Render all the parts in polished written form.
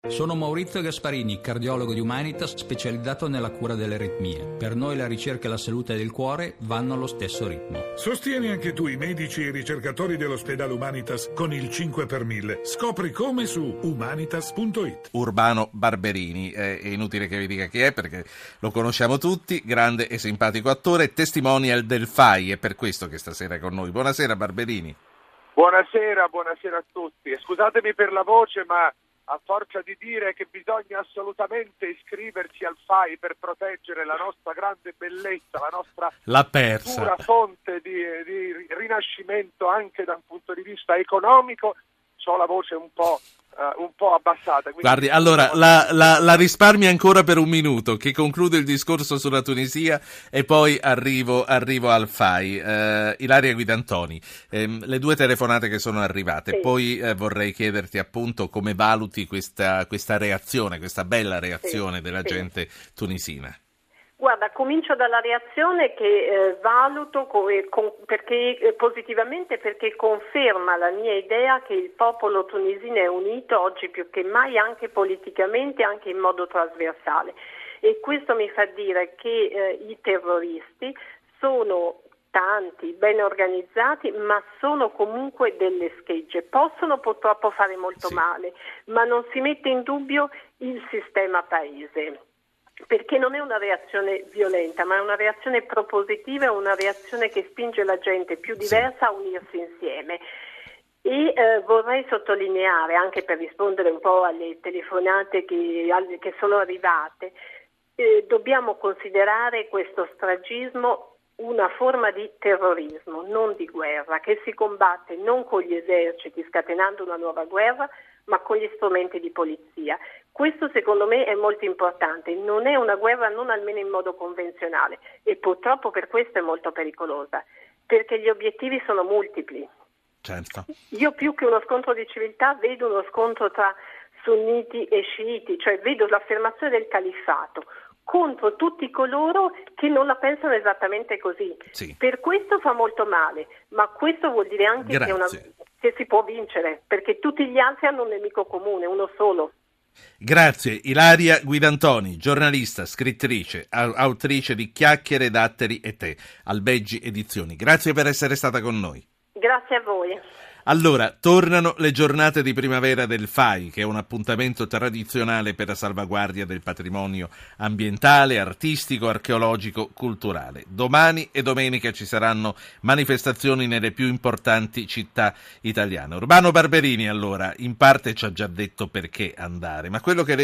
Sono Maurizio Gasparini, cardiologo di Humanitas specializzato nella cura delle aritmie. Per noi la ricerca e la salute del cuore vanno allo stesso ritmo. Sostieni anche tu i medici e i ricercatori dell'ospedale Humanitas con il 5 per 1000. Scopri come su humanitas.it. Urbano Barberini, è inutile che vi dica chi è perché lo conosciamo tutti, grande e simpatico attore, testimonial del FAI, è per questo che stasera è con noi. Buonasera Barberini. Buonasera a tutti. E scusatemi per la voce, ma a forza di dire che bisogna assolutamente iscriversi al FAI per proteggere la nostra grande bellezza, la nostra pura fonte di rinascimento anche da un punto di vista economico, c'ho la voce un po' abbassata. Guardi, allora la risparmi ancora per un minuto, che concludo il discorso sulla Tunisia e poi arrivo al FAI. Ilaria Guidantoni, le due telefonate che sono arrivate, poi vorrei chiederti appunto come valuti questa reazione, questa bella reazione della gente tunisina. Guarda, comincio dalla reazione che valuto perché positivamente, perché conferma la mia idea che il popolo tunisino è unito oggi più che mai, anche politicamente, anche in modo trasversale. E questo mi fa dire che i terroristi sono tanti, ben organizzati, ma sono comunque delle schegge. Possono purtroppo fare molto male, ma non si mette in dubbio il sistema paese. Perché non è una reazione violenta, ma è una reazione propositiva, è una reazione che spinge la gente più diversa a unirsi insieme. E vorrei sottolineare, anche per rispondere un po' alle telefonate che sono arrivate, dobbiamo considerare questo stragismo una forma di terrorismo, non di guerra, che si combatte non con gli eserciti scatenando una nuova guerra, ma con gli strumenti di polizia. Questo secondo me è molto importante, non è una guerra, non almeno in modo convenzionale, e purtroppo per questo è molto pericolosa, perché gli obiettivi sono multipli. Certo. Io più che uno scontro di civiltà vedo uno scontro tra sunniti e sciiti, cioè vedo l'affermazione del califfato contro tutti coloro che non la pensano esattamente così. Sì. Per questo fa molto male, ma questo vuol dire anche che si può vincere, perché tutti gli altri hanno un nemico comune, uno solo. Grazie. Ilaria Guidantoni, giornalista, scrittrice, autrice di Chiacchiere, Datteri e Tè, Albeggi Edizioni. Grazie per essere stata con noi. Grazie a voi. Allora, tornano le giornate di primavera del FAI, che è un appuntamento tradizionale per la salvaguardia del patrimonio ambientale, artistico, archeologico, culturale. Domani e domenica ci saranno manifestazioni nelle più importanti città italiane. Urbano Barberini, allora, in parte ci ha già detto perché andare, ma quello che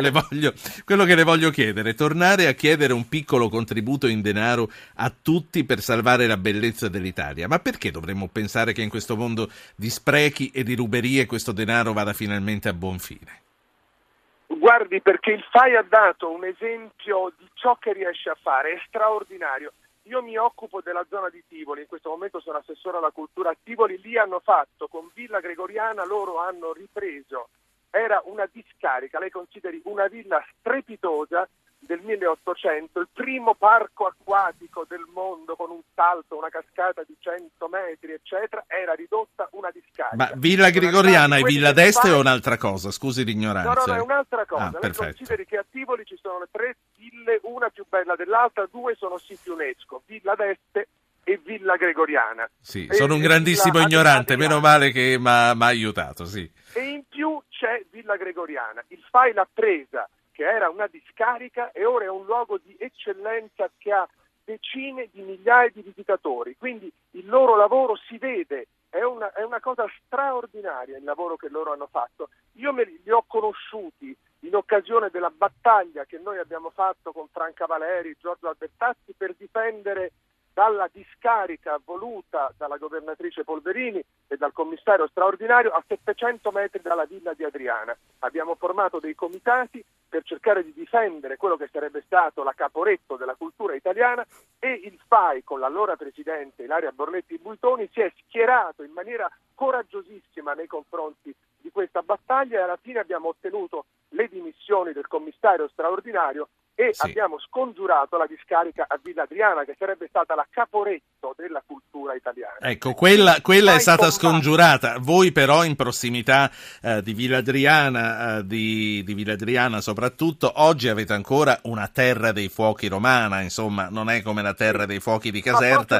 le voglio chiedere, tornare a chiedere un piccolo contributo in denaro a tutti per salvare la bellezza dell'Italia. Ma perché dovremmo pensare che in questo mondo di sprechi e di ruberie questo denaro vada finalmente a buon fine? Guardi, perché il FAI ha dato un esempio di ciò che riesce a fare, è straordinario. Io mi occupo della zona di Tivoli, in questo momento sono assessore alla cultura a Tivoli, lì hanno fatto con Villa Gregoriana, loro hanno ripreso, era una discarica, lei consideri una villa strepitosa del 1800, il primo parco acquatico del mondo con un salto, una cascata di 100 metri, eccetera, era ridotta una discarica. Ma Villa Gregoriana è Villa d'Este o un'altra cosa? Scusi l'ignoranza. No, è un'altra cosa. Lei Perfetto. consideri che a Tivoli ci sono 3 ville, una più bella dell'altra, 2 sono siti UNESCO, Villa d'Este e Villa Gregoriana. Sì, sono un grandissimo ignorante, meno male che mi ha aiutato, sì. E in più c'è Villa Gregoriana. Il FAI l'ha presa, che era una discarica, e ora è un luogo di eccellenza che ha decine di migliaia di visitatori, quindi il loro lavoro si vede, è una cosa straordinaria il lavoro che loro hanno fatto. Io li ho conosciuti in occasione della battaglia che noi abbiamo fatto con Franca Valeri, Giorgio Albertazzi, per difendere dalla discarica voluta dalla governatrice Polverini e dal commissario straordinario a 700 metri dalla villa di Adriana. Abbiamo formato dei comitati per cercare di difendere quello che sarebbe stato la Caporetto della cultura italiana, e il FAI con l'allora presidente Ilaria Borletti Buitoni si è schierato in maniera coraggiosissima nei confronti di questa battaglia, e alla fine abbiamo ottenuto le dimissioni del commissario straordinario e Sì. abbiamo scongiurato la discarica a Villa Adriana, che sarebbe stata la Caporetto della cultura italiana. Ecco, quella è stata combattere. scongiurata. Voi però in prossimità di Villa Adriana, di Villa Adriana soprattutto, oggi avete ancora una terra dei fuochi romana, insomma, non è come la terra dei fuochi di Caserta.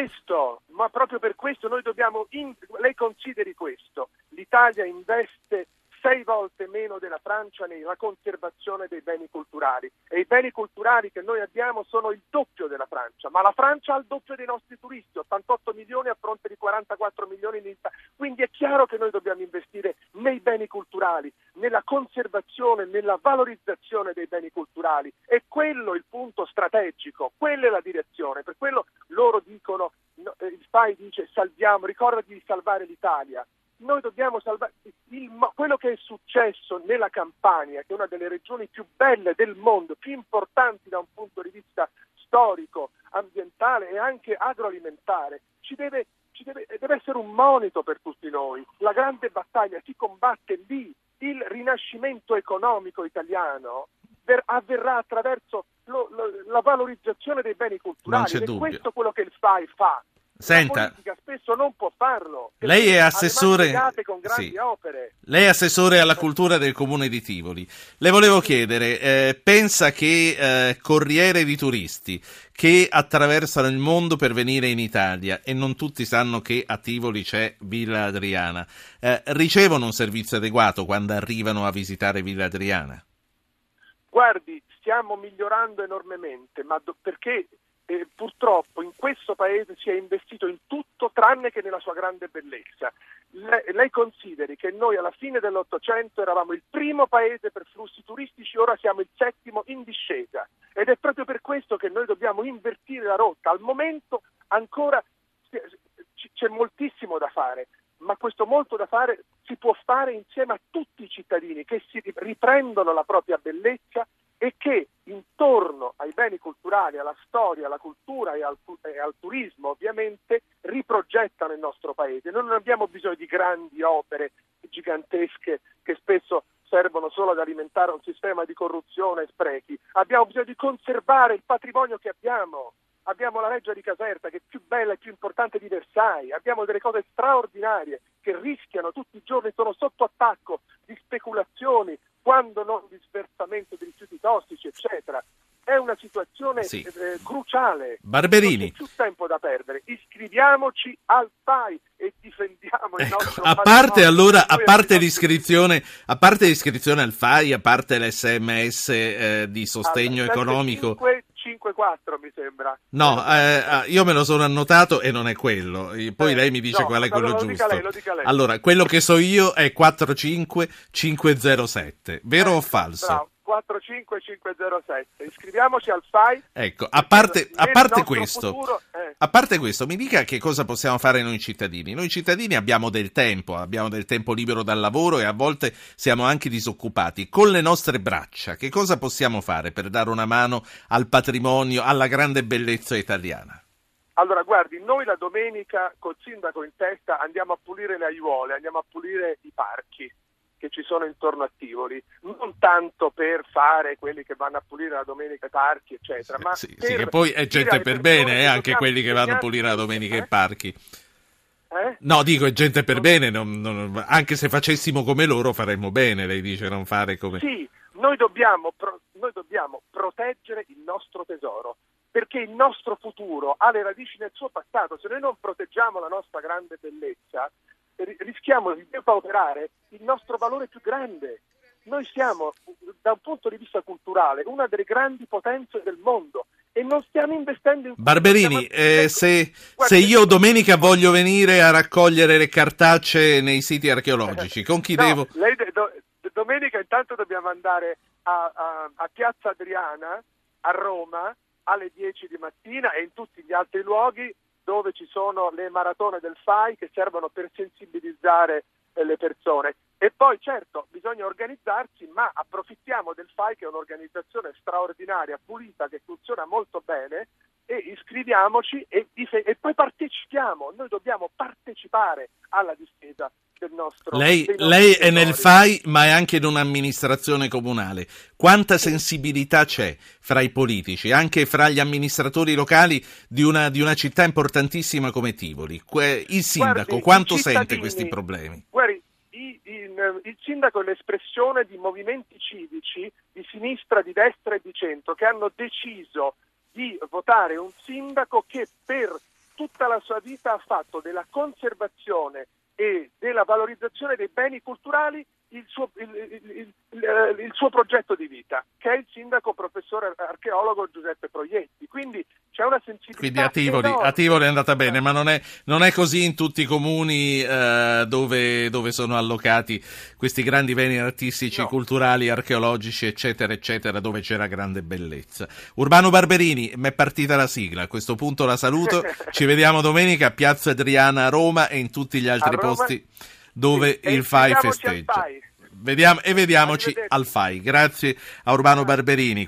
Ma proprio per questo noi dobbiamo, lei consideri questo, l'Italia investe 6 volte meno della Francia nella conservazione dei beni culturali, e i beni culturali che noi abbiamo sono il doppio della Francia, ma la Francia ha il doppio dei nostri turisti, 88 milioni a fronte di 44 milioni in Italia. Quindi è chiaro che noi dobbiamo investire nei beni culturali, nella conservazione, nella valorizzazione dei beni culturali. È quello il punto strategico, quella è la direzione. Per quello loro dicono, il FAI dice ricordati di salvare l'Italia. Noi dobbiamo salvare quello che è successo nella Campania, che è una delle regioni più belle del mondo, più importanti da un punto di vista storico, ambientale e anche agroalimentare. Deve essere un monito per tutti noi. La grande battaglia si combatte lì. Il rinascimento economico italiano avverrà attraverso la valorizzazione dei beni culturali. Non c'è Ed è dubbio. questo quello che il FAI fa. Senta, la politica spesso non può farlo. lei è assessore, con grandi sì. opere. Lei è assessore alla cultura del comune di Tivoli. Le volevo chiedere, pensa che corriere di turisti che attraversano il mondo per venire in Italia, e non tutti sanno che a Tivoli c'è Villa Adriana, ricevono un servizio adeguato quando arrivano a visitare Villa Adriana? Guardi, stiamo migliorando enormemente, ma perché purtroppo in questo paese si è investito in tutto tranne che nella sua grande bellezza. Lei consideri che noi alla fine dell'Ottocento eravamo il primo paese per flussi turistici, ora siamo il 7° in discesa, ed è proprio per questo che noi dobbiamo invertire la rotta. Al momento ancora c'è moltissimo da fare, ma questo molto da fare si può fare insieme a tutti i cittadini che si riprendono la propria bellezza e che intorno ai beni culturali, alla storia, alla cultura e al turismo ovviamente riprogettano il nostro paese. Noi non abbiamo bisogno di grandi opere gigantesche che spesso servono solo ad alimentare un sistema di corruzione e sprechi. Abbiamo bisogno di conservare il patrimonio che abbiamo. Abbiamo la Reggia di Caserta, che è più bella e più importante di Versailles. Abbiamo delle cose straordinarie che rischiano tutti i giorni, sono sotto attacco di speculazioni, quando non di sversamento di rifiuti tossici, eccetera. È una situazione cruciale. Barberini. Non c'è più tempo da perdere. Iscriviamoci al FAI e difendiamo il nostro a parte l'iscrizione al FAI, a parte l'SMS di sostegno economico. 5-4 mi sembra. No, io me lo sono annotato e non è quello. Poi lei mi dice qual è quello lo giusto. Lo dica lei. Allora, quello che so io è 45507. Vero o falso? Bravo. 45507. Iscriviamoci al FAI. Ecco, a parte futuro, a parte questo, mi dica che cosa possiamo fare noi cittadini. Noi cittadini abbiamo del tempo libero dal lavoro e a volte siamo anche disoccupati. Con le nostre braccia, che cosa possiamo fare per dare una mano al patrimonio, alla grande bellezza italiana? Allora, guardi, noi la domenica col sindaco in testa andiamo a pulire le aiuole, andiamo a pulire i parchi che ci sono intorno a Tivoli, non tanto per fare quelli che vanno a pulire la domenica i parchi, eccetera, ma sì, che poi è gente per bene, anche quelli che vanno a pulire la domenica i parchi. No, dico, è gente per bene, anche se facessimo come loro faremmo bene, lei dice, non fare come... Sì, noi dobbiamo proteggere il nostro tesoro, perché il nostro futuro ha le radici nel suo passato. Se noi non proteggiamo la nostra grande bellezza, rischiamo di depauperare il nostro valore più grande. Noi siamo, da un punto di vista culturale, una delle grandi potenze del mondo e non stiamo investendo in... Barberini, se io domenica voglio venire a raccogliere le cartacce nei siti archeologici, con chi devo... Lei domenica intanto dobbiamo andare a Piazza Adriana, a Roma, alle 10 di mattina, e in tutti gli altri luoghi dove ci sono le maratone del FAI che servono per sensibilizzare le persone. E poi certo bisogna organizzarsi, ma approfittiamo del FAI, che è un'organizzazione straordinaria, pulita, che funziona molto bene, e iscriviamoci e poi partecipiamo. Noi dobbiamo partecipare alla difesa del nostro. Lei è nel FAI, ma è anche in un'amministrazione comunale. Quanta sensibilità c'è fra i politici, anche fra gli amministratori locali di una città importantissima come Tivoli? Il sindaco quanto sente questi problemi? Guardi, il sindaco è l'espressione di movimenti civici di sinistra, di destra e di centro che hanno deciso di votare un sindaco che per tutta la sua vita ha fatto della conservazione e della valorizzazione dei beni culturali il suo progetto di vita, che è il sindaco professore archeologo Giuseppe Proietti. Quindi c'è una sensibilità. Quindi a Tivoli è andata bene, ma non è così in tutti i comuni dove sono allocati questi grandi beni artistici, culturali, archeologici, eccetera, eccetera, dove c'era grande bellezza. Urbano Barberini, m'è partita la sigla, a questo punto la saluto, ci vediamo domenica a Piazza Adriana a Roma e in tutti gli altri posti dove il FAI festeggia. Vediamoci al FAI. Grazie a Urbano Barberini.